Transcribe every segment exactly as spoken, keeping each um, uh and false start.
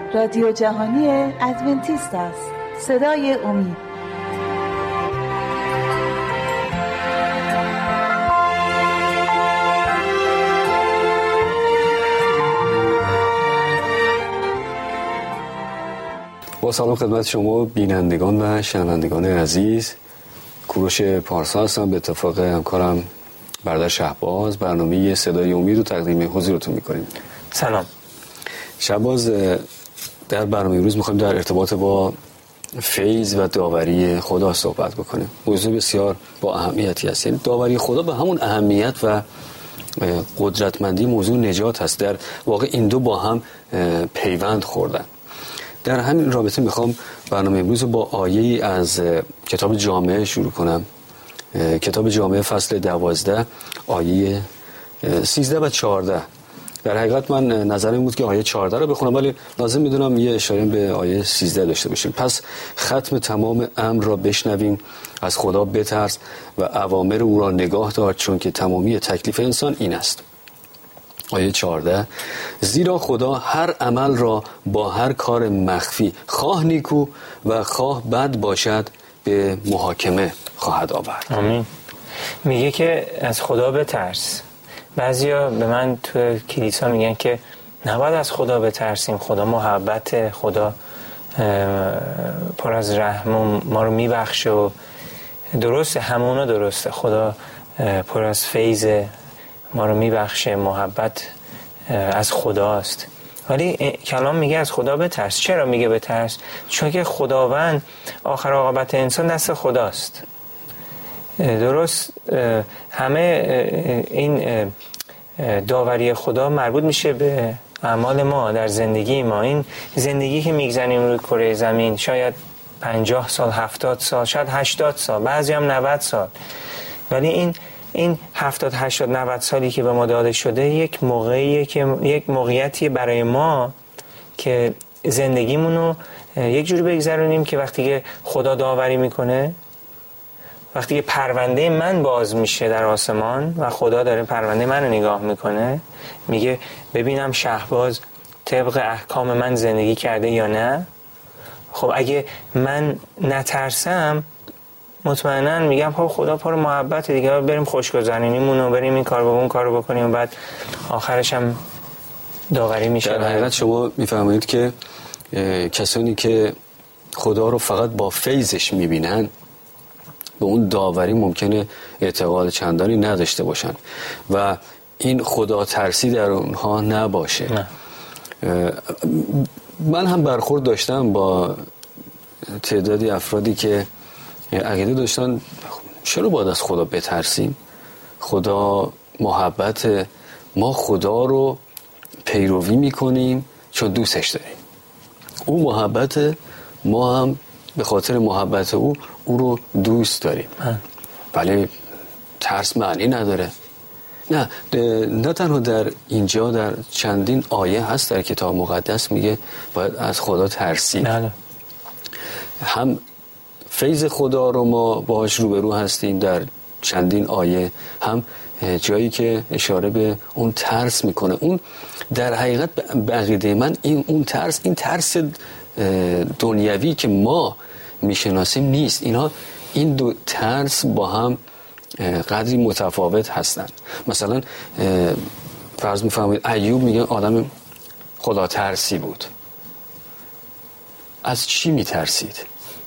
رادیو جهانی ادونتیست است. صدای امید. با سلام خدمت شما بینندگان و شنوندگان عزیز. کوروش پارسا هستم، به اتفاق همکارم برادر شهباز برنامه صدای امید رو تقدیم حضورتون میکنیم. سلام. شهباز، در برنامه امروز میخوایم در ارتباط با فیض و داوری خدا صحبت بکنیم. موضوع بسیار با اهمیتی است. یعنی داوری خدا به همون اهمیت و قدرتمندی موضوع نجات هست. در واقع این دو با هم پیوند خوردن. در همین رابطه میخوام برنامه امروز رو با آیه‌ای از کتاب جامعه شروع کنم. کتاب جامعه فصل دوازده آیه سیزده و چهارده. در حقیقت من نظرم بود که آیه چهارده رو بخونم، ولی لازم میدونم یه اشاره به آیه سیزده داشته باشیم. پس ختم تمام امر را بشنویم، از خدا بترس و اوامر او را نگاه دار، چون که تمامی تکلیف انسان این است. آیه چهارده: زیرا خدا هر عمل را با هر کار مخفی، خواه نیکو و خواه بد باشد، به محاکمه خواهد آورد. آمین. میگه که از خدا بترس. بعضیا به من تو کلیسا میگن که نباید از خدا بترسیم، خدا محبت، خدا پر از رحم و ما رو میبخشه و درسته، همونا درسته، خدا پر از فیض، ما رو میبخشه، محبت از خداست. ولی کلام میگه از خدا بترس. چرا میگه بترس؟ چون که خداوند آخر عاقبت انسان دست خداست. درست همه این داوری خدا مربوط میشه به اعمال ما در زندگی ما. این زندگی که میگذنیم روی کره زمین، شاید پنجاه سال، هفتاد سال، شاید هشتاد سال، بعضی هم نود سال، ولی این این هفتاد هشتاد نود سالی که به ما داده شده یک موقعیه که یک موقعیتی برای ما که زندگیمونو یک جوری بگذرونیم که وقتی که خدا داوری میکنه، وقتی که پرونده من باز میشه در آسمان و خدا داره پرونده من رو نگاه میکنه، میگه ببینم شهباز طبق احکام من زندگی کرده یا نه. خب اگه من نترسم، مطمئنا میگم خب خدا پر محبت دیگه، بریم خوشگذرونیمون رو بریم این کار با اون کارو بکنیم و بعد آخرش هم داوری میشه. در حقیقت شما میفهمید که کسانی که خدا رو فقط با فیضش میبینن به اون داوری ممکنه اعتقاد چندانی نداشته باشن و این خدا ترسی در اونها نباشه. نه. من هم برخورد داشتم با تعدادی افرادی که عقیده داشتن چرا باید از خدا بترسیم؟ خدا محبت، ما خدا رو پیروی میکنیم چون دوستش داریم. او محبت، ما هم به خاطر محبت او او رو دوست داریم. ولی ترس معنی نداره. نه نه تنها در اینجا، در چندین آیه هست در کتاب مقدس میگه باید از خدا ترسیم. نه. هم فیض خدا رو ما باهاش روبرو هستیم در چندین آیه، هم جایی که اشاره به اون ترس میکنه. اون در حقیقت به عقیده من این اون ترس، این ترس دنیوی که ما میشناسیم نیست. اینا این دو ترس با هم قدری متفاوت هستند. مثلا فرض میفرمایید ایوب میگه آدم خدا ترسی بود. از چی میترسید؟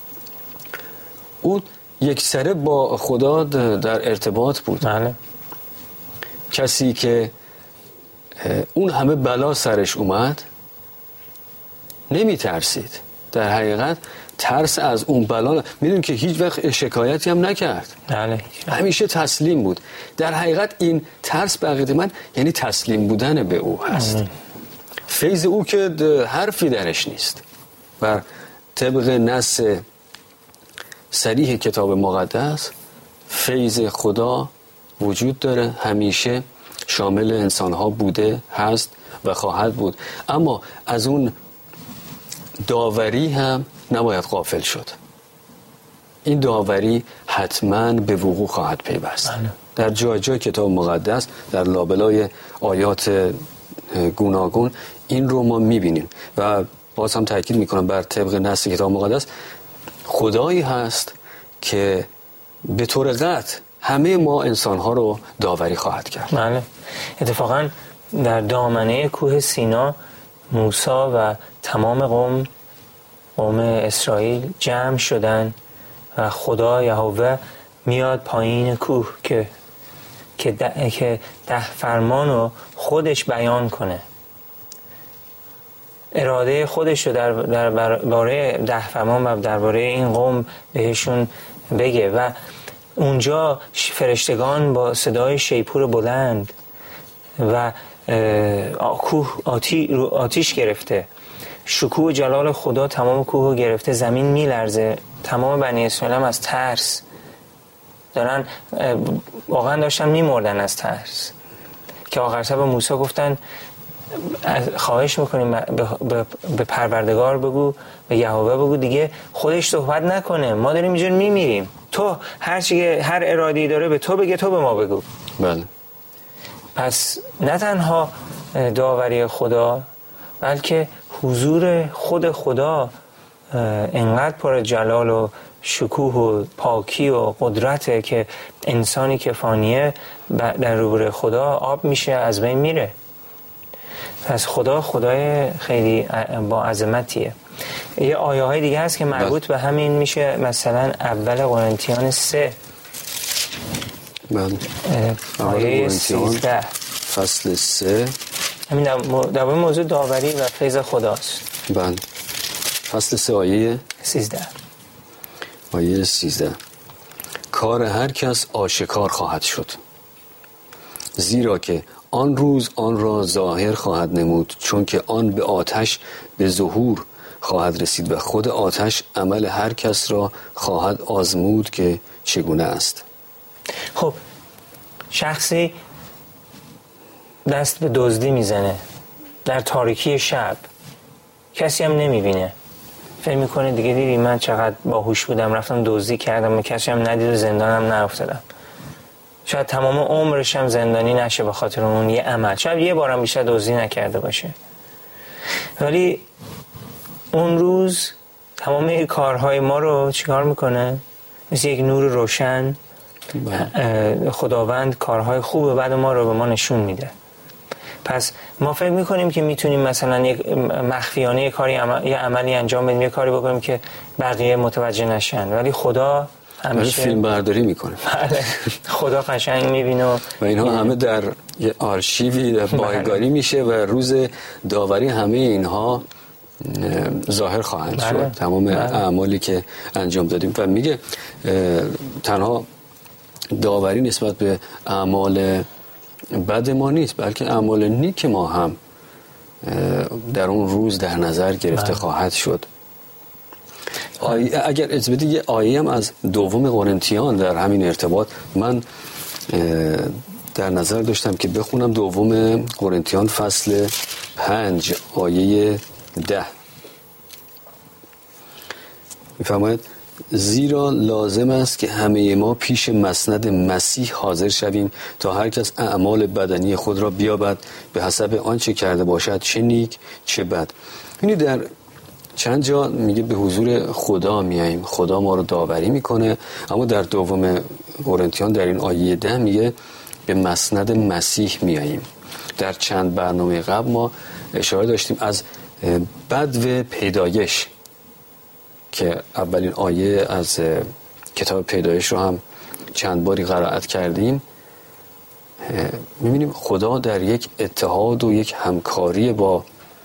او یک سره با خدا در ارتباط بود. بله. کسی که اون همه بلا سرش اومد نمی ترسید. در حقیقت ترس از اون بلا، میدون که هیچ وقت شکایتی هم نکرد. بله. همیشه تسلیم بود. در حقیقت این ترس به عقیده من یعنی تسلیم بودن به او هست. بله. فیض او که حرفی درش نیست. بر طبق نص صریح کتاب مقدس فیض خدا وجود داره، همیشه شامل انسانها بوده، هست و خواهد بود. اما از اون داوری هم نباید غافل شد. این داوری حتما به وقوع خواهد پیوست. در جای جای کتاب مقدس در لابلای آیات گوناگون این رو ما میبینیم و باز هم تاکید میکنم بر طبق نص کتاب مقدس، خدایی هست که به طور قطع همه ما انسانها رو داوری خواهد کرد. بله. اتفاقا در دامنه کوه سینا موسی و تمام قوم قوم اسرائیل جمع شدن و خدا یهوه میاد پایین کوه که که ده, که ده فرمان رو خودش بیان کنه، اراده خودش رو در درباره ده فرمان و درباره این قوم بهشون بگه. و اونجا فرشتگان با صدای شیپور بلند و کوه آتی آتیش گرفته، شکوه جلال خدا تمام کوه گرفته، زمین میلرزه، تمام بنی اسرائیل هم از ترس دارن، واقعا داشتن میمردن از ترس، که آخر سر به موسی گفتن خواهش میکنیم به پروردگار بگو، به یهوه بگو دیگه خودش صحبت نکنه، ما داریم اینجا میمیریم، تو هر چی هر اراده‌ای داره به تو بگه، تو به ما بگو. بله. پس نه تنها داوری خدا بلکه حضور خود خدا انقدر پر جلال و شکوه و پاکی و قدرته که انسانی که فانیه در روبروی خدا آب میشه، از بین میره. پس خدا خدای خیلی با عظمتیه. یه آیه های دیگه هست که مربوط به همین میشه، مثلا اول قرنتیان سه بله. آیه سیزده فصل سه، همین در موضوع داوری و فیض خداست. بله. فصل سه آیه سیزده آیه سیزده. کار هر کس آشکار خواهد شد، زیرا که آن روز آن را ظاهر خواهد نمود، چون که آن به آتش به ظهور خواهد رسید و خود آتش عمل هر کس را خواهد آزمود که چگونه است. خب شخصی دست به دزدی میزنه در تاریکی شب، کسی هم نمیبینه، فکر میکنه دیگه دیدی من چقدر باهوش بودم رفتم دزدی کردم و کسی هم ندید و زندانم نیفتادم. شاید تمام عمرش هم زندانی نشه به خاطر اون یه عمل، شاید یه بارم بیشتر دزدی نکرده باشه، ولی اون روز تمام کارهای ما رو چیکار میکنه؟ مثل یک نور روشن خداوند کارهای خوب بعد ما رو به ما نشون میده. پس ما فکر میکنیم که میتونیم مثلا یک مخفیانه یک کاری عمل، یه عملی انجام بدیم، یه کاری بکنیم که بقیه متوجه نشن، ولی خدا همیشه فیلم برداری میکنه. بله. خدا قشنگ میبینه و اینها همه در یه آرشیوی در بایگانی میشه و روز داوری همه اینها ظاهر خواهند بله. شد، تمام بله. اعمالی که انجام دادیم. و میگه تنها داوری نسبت به اعمال بد ما نیست، بلکه اعمال نیک ما هم در اون روز در نظر گرفته بله. خواهد شد. اگر اجازه بدید یه آیه هم از دوم قرنتیان در همین ارتباط من در نظر داشتم که بخونم. دوم قرنتیان فصل پنج آیه ده میفرماید زیرا لازم است که همه ما پیش مسند مسیح حاضر شویم تا هر کس اعمال بدنی خود را بیابد به حسب آنچه کرده باشد، چه نیک چه بد. یعنی در چند جا میگه به حضور خدا میاییم، خدا ما رو داوری میکنه، اما در دوم قرنتیان در این آیه ده میگه به مسند مسیح میاییم. در چند برنامه قبل ما اشاره داشتیم از بدو پیدایش که اولین آیه از کتاب پیدایش رو هم چند باری قرائت کردیم. میبینیم خدا در یک اتحاد و یک همکاری با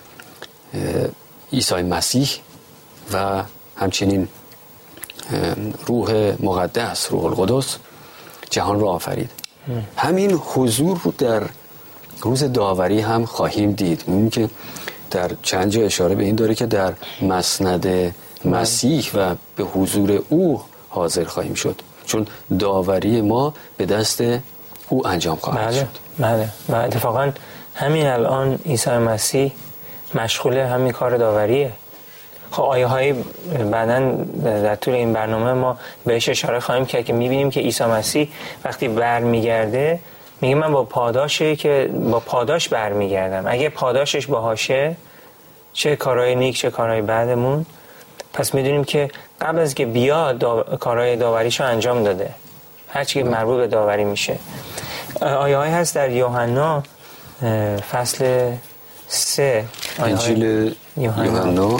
عیسی مسیح و همچنین روح مقدس، روح القدس جهان را آفرید. همین حضور رو در روز داوری هم خواهیم دید. می‌بینیم که در چند جا اشاره به این داره که در مسند مسیح و به حضور او حاضر خواهیم شد، چون داوری ما به دست او انجام خواهد بله. شد. بله. و اتفاقا همین الان عیسی مسیح مشغول همین کار داوریه. خب آیه های بعداً در طول این برنامه ما بهش اشاره خواهیم کرد که میبینیم که عیسی مسیح وقتی برمیگرده میگه من با پاداشه که با پاداش برمیگردم. اگه پاداشش باهاشه چه کارهای نیک چه کارهای بدمون. پس میدونیم که قبل از که بیاد دا... کارهای داوریشو انجام داده، هرچی که مربوط به داوری میشه. آیه هایی هست در یوحنا فصل سه، انجیل یوحنا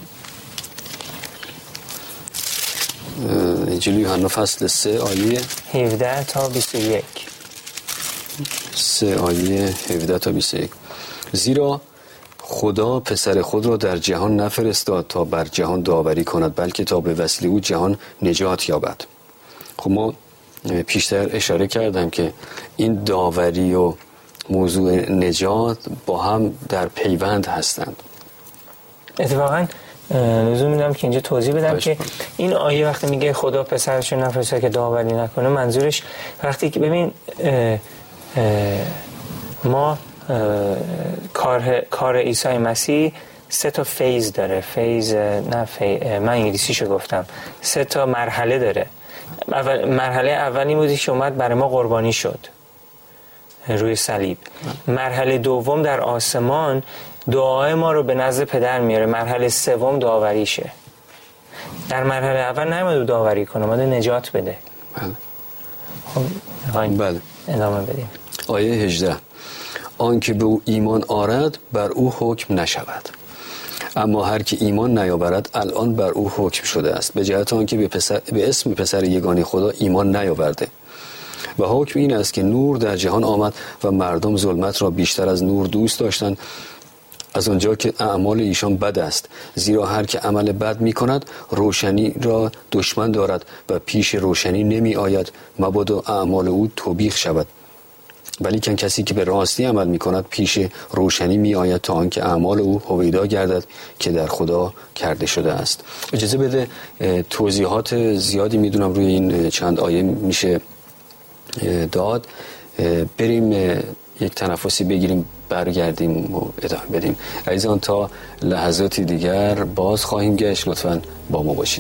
انجیل یوحنا فصل سه آیه هفده تا بیست و یک. سه آیه هفده تا بیست و یک. زیرا خدا پسر خود را در جهان نفرستاد تا بر جهان داوری کند، بلکه تا به وسیله او جهان نجات یابد. خب ما پیشتر اشاره کردم که این داوری و موضوع نجات با هم در پیوند هستند. اتفاقاً لزوم میدم که اینجا توضیح بدم که این آیه وقتی میگه خدا پسرش رو نفرستاد که داوری نکنه، منظورش وقتی که ببین اه اه ما کار کار عیسی مسیح سه تا فیز داره. فیز نه فیز من انگلیسیشو گفتم. سه تا مرحله داره. اول مرحله اولی بودی که اومد برای ما قربانی شد روی صلیب. مرحله دوم در آسمان دعای ما رو به نزد پدر میاره. مرحله سوم داوریشه. در مرحله اول نمیاد داوری کنه، اومد نجات بده. بله. خب بله. ادامه بدیم. آیه هجده. آن که به او ایمان آرد بر او حکم نشود، اما هر که ایمان نیاورد الان بر او حکم شده است، به جهت آن که به, پسر، به اسم پسر یگانه خدا ایمان نیاورده. و حکم این است که نور در جهان آمد و مردم ظلمت را بیشتر از نور دوست داشتند، از آنجا که اعمال ایشان بد است. زیرا هر که عمل بد می کند روشنی را دشمن دارد و پیش روشنی نمی آید، مبادا اعمال او توبیخ شود. ولی کن کسی که به راستی عمل می کند پیش روشنی می آید تا آنکه اعمال او هویدا گردد که در خدا کرده شده است. اجازه بده توضیحات زیادی میدونم روی این چند آیه میشه داد. بریم یک تنفسی بگیریم، برگردیم و ادامه بدیم. عزیزان تا لحظاتی دیگر باز خواهیم گشت، لطفاً با ما باشید.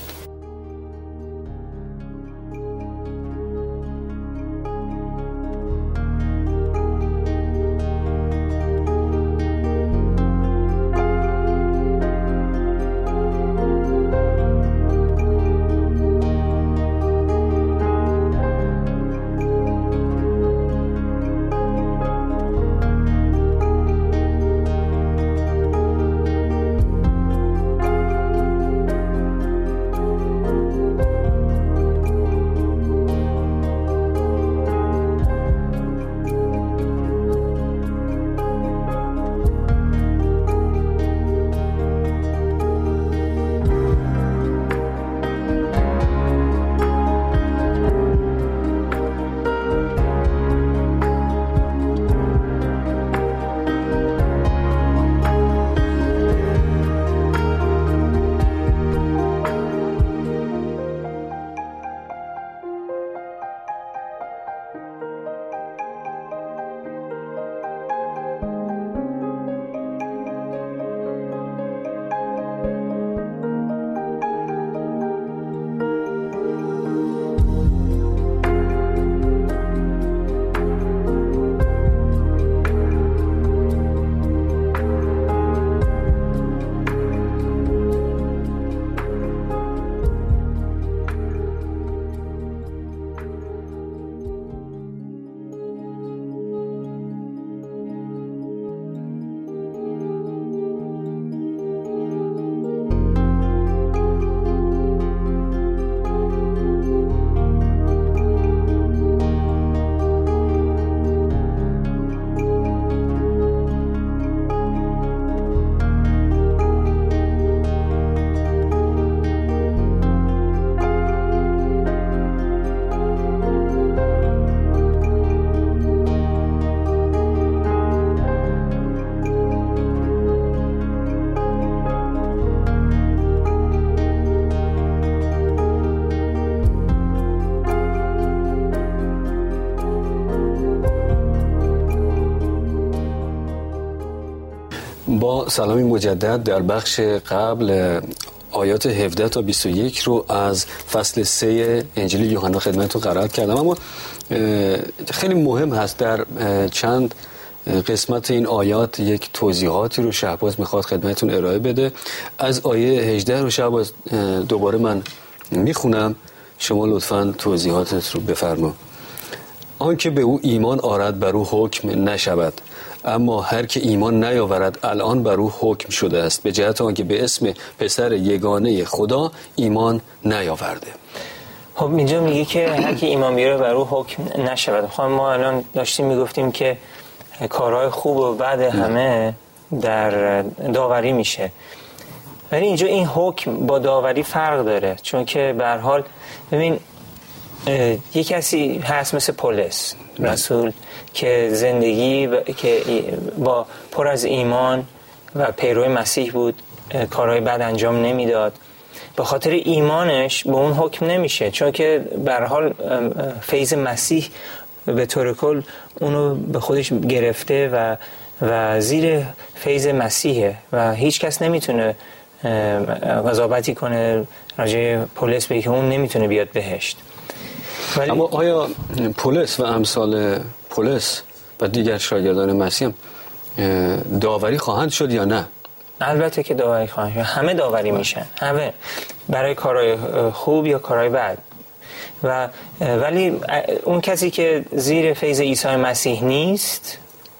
با سلامی مجدد در بخش قبل آیات هفده تا بیست و یک رو از فصل سه انجیل یوحنا خدمتتون قرائت کردم، اما خیلی مهم هست در چند قسمت این آیات یک توضیحاتی رو شهباز میخواد خدمتتون ارائه بده. از آیه هجده رو شهباز دوباره من میخونم، شما لطفاً توضیحاتت رو بفرما. آن که به او ایمان آرد بر او حکم نشود، اما هر که ایمان نیاورد الان بر او حکم شده است، به جهت آن که به اسم پسر یگانه خدا ایمان نیاورده. خب اینجا میگه که هر کی ایمان بیاره بر او حکم نشود. خب ما الان داشتیم میگفتیم که کارهای خوب و بد همه در داوری میشه، ولی اینجا این حکم با داوری فرق داره، چون که به هر حال ببین یک کسی هست مثل پولس رسول که زندگی ب... که با پر از ایمان و پیرو مسیح بود، کارهای بد انجام نمیداد، به خاطر ایمانش به اون حکم نمیشه، چون که به هر حال فیض مسیح به طور کل اونو به خودش گرفته و و زیر فیض مسیحه و هیچ کس نمیتونه قضاوتی کنه راجع پولس بگه که اون نمیتونه بیاد بهشت. ولی اما آیا پولس و امثال پولس و دیگر شاگردان مسیح داوری خواهند شد یا نه؟ البته که داوری خواهند شد، همه داوری میشن، همه، برای کارهای خوب یا کارهای بد. و ولی اون کسی که زیر فیض عیسی مسیح نیست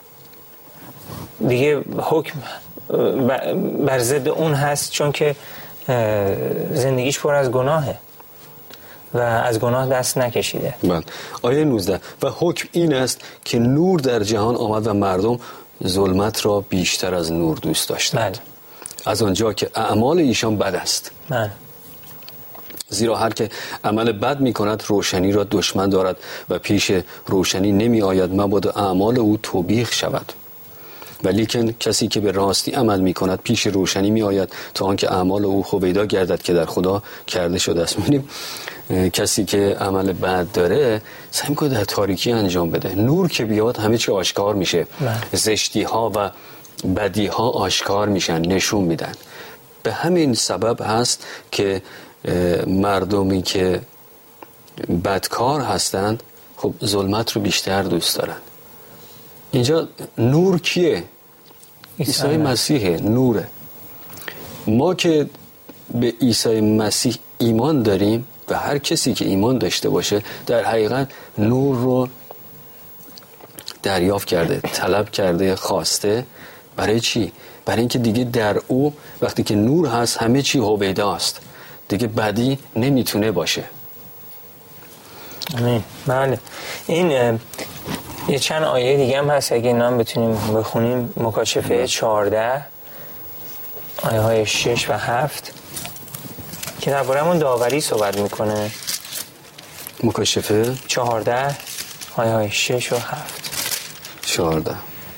دیگه حکم بر ضد اون هست، چون که زندگیش پر از گناهه و از گناه دست نکشیده. بله. آیه نوزده و حکم این است که نور در جهان آمد و مردم ظلمت را بیشتر از نور دوست داشتند. بله. از آنجا که اعمال ایشان بد است. بله. زیرا هر که عمل بد می کند روشنی را دشمن دارد و پیش روشنی نمی آید مبادا اعمال او توبیخ شود. ولیکن کسی که به راستی عمل می کند پیش روشنی می آید تا آنکه اعمال او هویدا گردد که در خدا کرده شده است. می‌بینیم کسی که عمل بد داره سعی می‌کنه در تاریکی انجام بده. نور که بیاد همه چی آشکار میشه، زشتی ها و بدی ها آشکار میشن، نشون میدن. به همین سبب هست که مردمی که بدکار هستند خب ظلمت رو بیشتر دوست دارن. اینجا نور کیه؟ عیسی مسیحه، نوره. ما که به عیسی مسیح ایمان داریم و هر کسی که ایمان داشته باشه در حقیقت نور رو دریافت کرده، طلب کرده، خواسته. برای چی؟ برای اینکه دیگه در او وقتی که نور هست همه چی هویداست، دیگه بدی نمیتونه باشه. آمین. بله. این یه چند آیه دیگه هم هست اگه نام بتونیم بخونیم. مکاشفه چهارده آیه های شش و هفت که درباره همون داوری صحبت میکنه. مکاشفه چهارده آیه های شش و هفت. چهارده.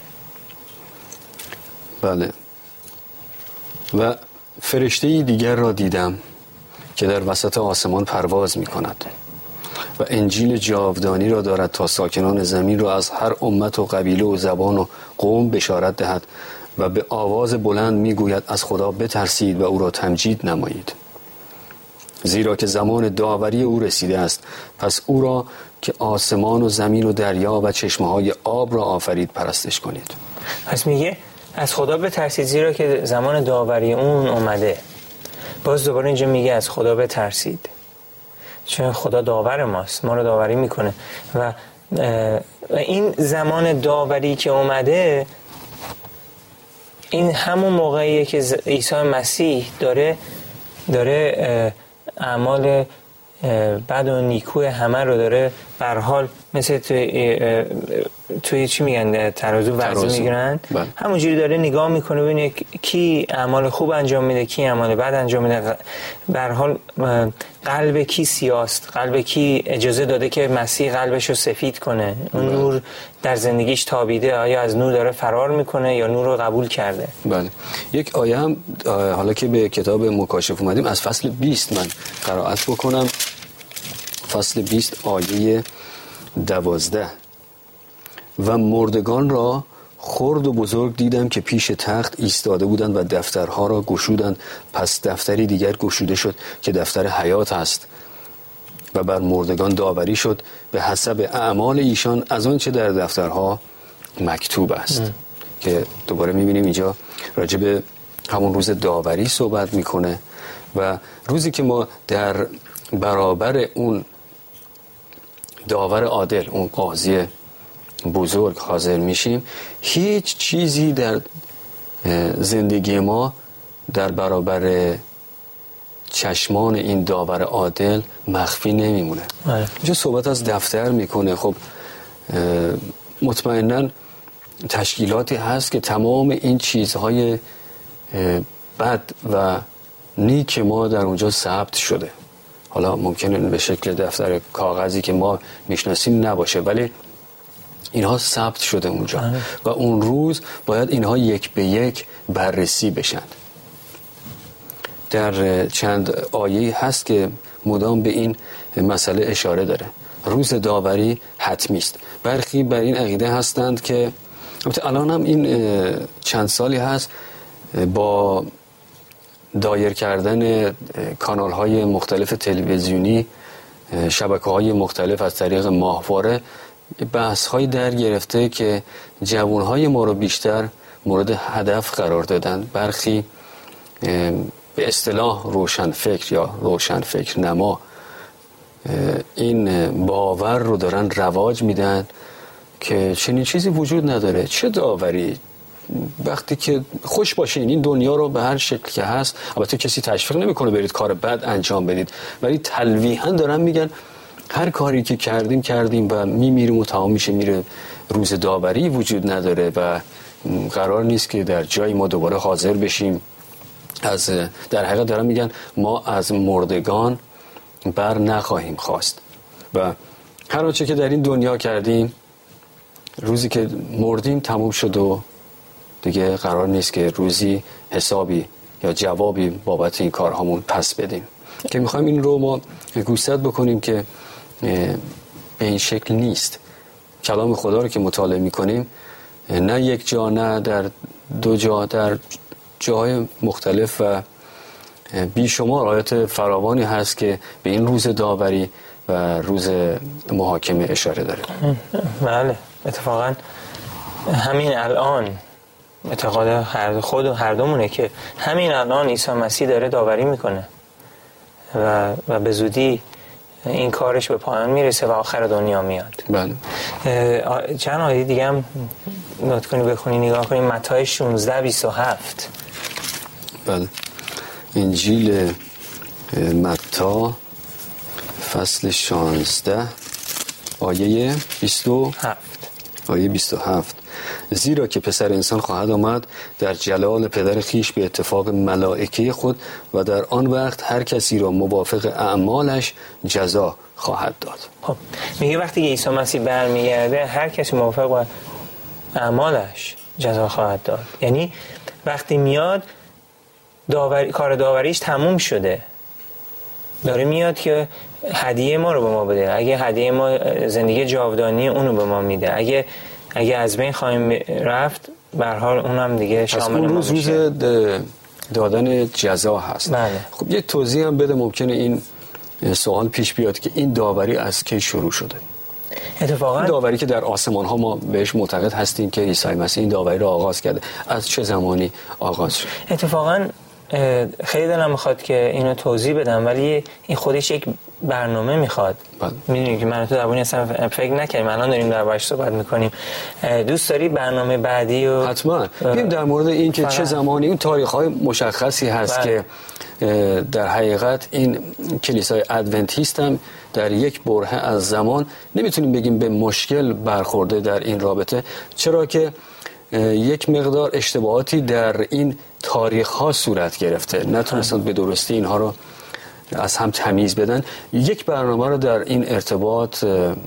بله. و فرشته دیگر را دیدم که در وسط آسمان پرواز می کند و انجیل جاودانی را دارد تا ساکنان زمین را از هر امت و قبیله و زبان و قوم بشارت دهد و به آواز بلند می گوید از خدا بترسید و او را تمجید نمایید، زیرا که زمان داوری او رسیده است. پس او را که آسمان و زمین و دریا و چشمه های آب را آفرید پرستش کنید. پس میگه از خدا بترسید زیرا که زمان داوری اون اومده. باز دوباره اینجا میگه از خدا بترسید، چون خدا داور ماست، ما رو داوری میکنه و این زمان داوری که اومده این همون موقعیه که عیسی مسیح داره داره اعمال بد و نیکوی همه رو داره بر حال مثل توی توی چی میگن ترازو وزن میگیرن، همونجوری داره نگاه میکنه ببینه کی اعمال خوب انجام میده کی اعمال بد انجام میده، بر حال قلب کی سیاست، قلب کی اجازه داده که مسیح قلبش رو سفید کنه، اون نور در زندگیش تابیده، آیا از نور داره فرار میکنه یا نور رو قبول کرده. بله. یک آیه هم حالا که به کتاب مکاشفه اومدیم از فصل بیست من قرائت بکنم. فصل بیست آیه دوازده. و مردگان را خرد و بزرگ دیدم که پیش تخت ایستاده بودند و دفترها را گشودند. پس دفتری دیگر گشوده شد که دفتر حیات است و بر مردگان داوری شد به حسب اعمال ایشان از آن چه در دفترها مکتوب است ام. که دوباره میبینیم اینجا راجع به همون روز داوری صحبت میکنه و روزی که ما در برابر اون داور عادل، اون قاضی بزرگ حاضر میشیم، هیچ چیزی در زندگی ما در برابر چشمان این داور عادل مخفی نمیمونه. اینجا صحبت از دفتر میکنه. خب مطمئناً تشکیلاتی هست که تمام این چیزهای بد و نیک ما در اونجا ثبت شده. حالا ممکنه به شکل دفتر کاغذی که ما میشناسیم نباشه، ولی اینها ثبت شده اونجا آه. و اون روز باید اینها یک به یک بررسی بشن. در چند آیه هست که مدام به این مسئله اشاره داره. روز داوری حتمی است. برخی بر این عقیده هستند که الان هم این چند سالی هست با دایر کردن کانال های مختلف تلویزیونی، شبکه های مختلف از طریق ماهواره، بحث های در گرفته که جوان های ما رو بیشتر مورد هدف قرار دادن. برخی به اصطلاح روشن فکر یا روشن فکر نما این باور رو دارن رواج میدن که چنین چیزی وجود نداره. چه داوری؟ وقتی که خوش باشین این دنیا رو به هر شکل که هست، البته کسی تشویق نمیکنه برید کار بد انجام بدید، ولی تلویحاً دارن میگن هر کاری که کردیم کردیم و میمیریم و تمام میشه میره. روز داوری وجود نداره و قرار نیست که در جای ما دوباره حاضر بشیم. از در حقیقت دارن میگن ما از مردگان بر نخواهیم خواست و هر آنچه که در این دنیا کردیم روزی که مردیم تموم شد و دیگه قرار نیست که روزی حسابی یا جوابی بابت این کارهامون پس بدیم. که میخوایم این رو ما گوشزد بکنیم که به این شکل نیست. کلام خدا رو که مطالعه میکنیم نه یک جا نه در دو جا، در جاهای مختلف و بیشمار آیات فراوانی هست که به این روز داوری و روز محاکمه اشاره داره. بله، اتفاقا همین الان اعتقاد هر خود و هر دومونه که همین الان عیسی مسیح داره داوری میکنه و و به زودی این کارش به پایان میرسه و آخر دنیا میاد. بله. چند آیه دیگه هم نوت کنی بخونی نگاه کنیم. متی شانزده بیست و هفت. بله. انجیل متی فصل شانزده آیه بیست و هفت. آیه بیست و هفت. زیرا که پسر انسان خواهد آمد در جلال پدر خیش به اتفاق ملائکه خود و در آن وقت هر کسی را موافق اعمالش جزا خواهد داد. خب میگه وقتی که عیسی مسیح برمیگرده هر کسی موافق با اعمالش جزا خواهد داد. یعنی وقتی میاد داوری، کار داوریش تموم شده، داره میاد که هدیه ما رو به ما بده. اگه هدیه ما زندگی جاودانی اونو به ما میده، اگه اگه از بین خواهیم رفت به هر حال اونم دیگه شامل ما روز میشه. روز دادن جزا هست. بله. خب یه توضیح هم بده، ممکنه این سوال پیش بیاد که این داوری از کی شروع شده؟ اتفاقا این داوری که در آسمان ها ما بهش معتقد هستیم که عیسی مسیح این داوری رو آغاز کرده، از چه زمانی آغاز شد؟ اتفاقا خیلی دلم میخواد که اینو توضیح بدم، ولی این خودش یک برنامه میخواد. میدونی که من تو درباره اصلا فکر نکردیم، الان داریم دربارش صحبت میکنیم. دوست داری برنامه بعدی و حتما بیم در مورد این که چه زمانی اون تاریخ‌های مشخصی هست بله. که در حقیقت این کلیسای ادونتیست هم در یک برهه از زمان نمیتونیم بگیم به مشکل برخورده در این رابطه، چرا که یک مقدار اشتباهاتی در این تاریخ ها صورت گرفته، نتونستند به درستی اینها رو از هم تمیز بدن. یک برنامه رو در این ارتباط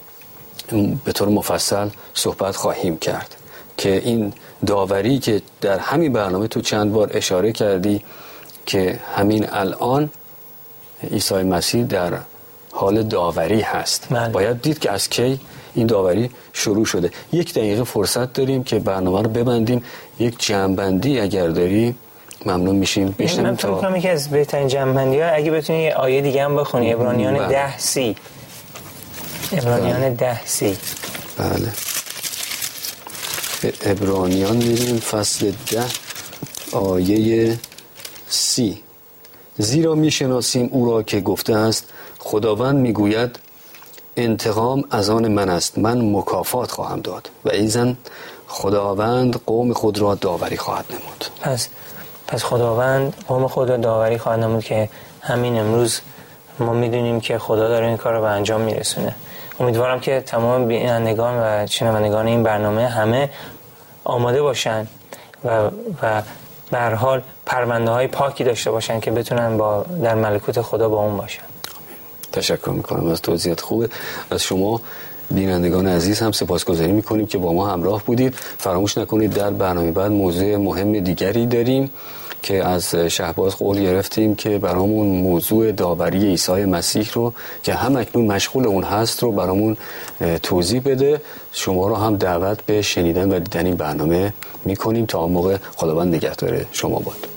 به طور مفصل صحبت خواهیم کرد که این داوری که در همین برنامه تو چند بار اشاره کردی که همین الان عیسی مسیح در حال داوری هست. من. باید دید که از کی این داوری شروع شده. یک دقیقه فرصت داریم که برنامه رو ببندیم. یک جمع‌بندی اگر داری ممنون میشیم. من فکر می‌کنم یکی از بهترین جمع‌بندی‌ها اگه بتونی یه آیه دیگه هم بخونی، عبرانیان ده سی. عبرانیان ده سی. بله. به عبرانیان میریم، فصل ده آیه سی. زیرا میشناسیم او را که گفته است خداوند میگوید انتقام از آن من است، من مکافات خواهم داد و ایزن خداوند قوم خود را داوری خواهد نمود. پس پس خداوند قوم خود را داوری خواهد نمود که همین امروز ما میدونیم که خدا داره این کار رو به انجام میرسونه. امیدوارم که تمام بینندگان و شنوندگان این برنامه همه آماده باشن و و به هر حال پرونده های پاکی داشته باشن که بتونن با در ملکوت خدا با اون باشن. تشکر میکنم از توضیحات خوبه. از شما بینندگان عزیز هم سپاسگزاری میکنیم که با ما همراه بودید. فراموش نکنید در برنامه بعد موضوع مهم دیگری داریم که از شهباز قول گرفتیم که برامون موضوع داوری عیسی مسیح رو که هم اکنون مشغول اون هست رو برامون توضیح بده. شما رو هم دعوت به شنیدن و دیدن این برنامه میکنیم. تا اون موقع خداوند نگهدار شما باد.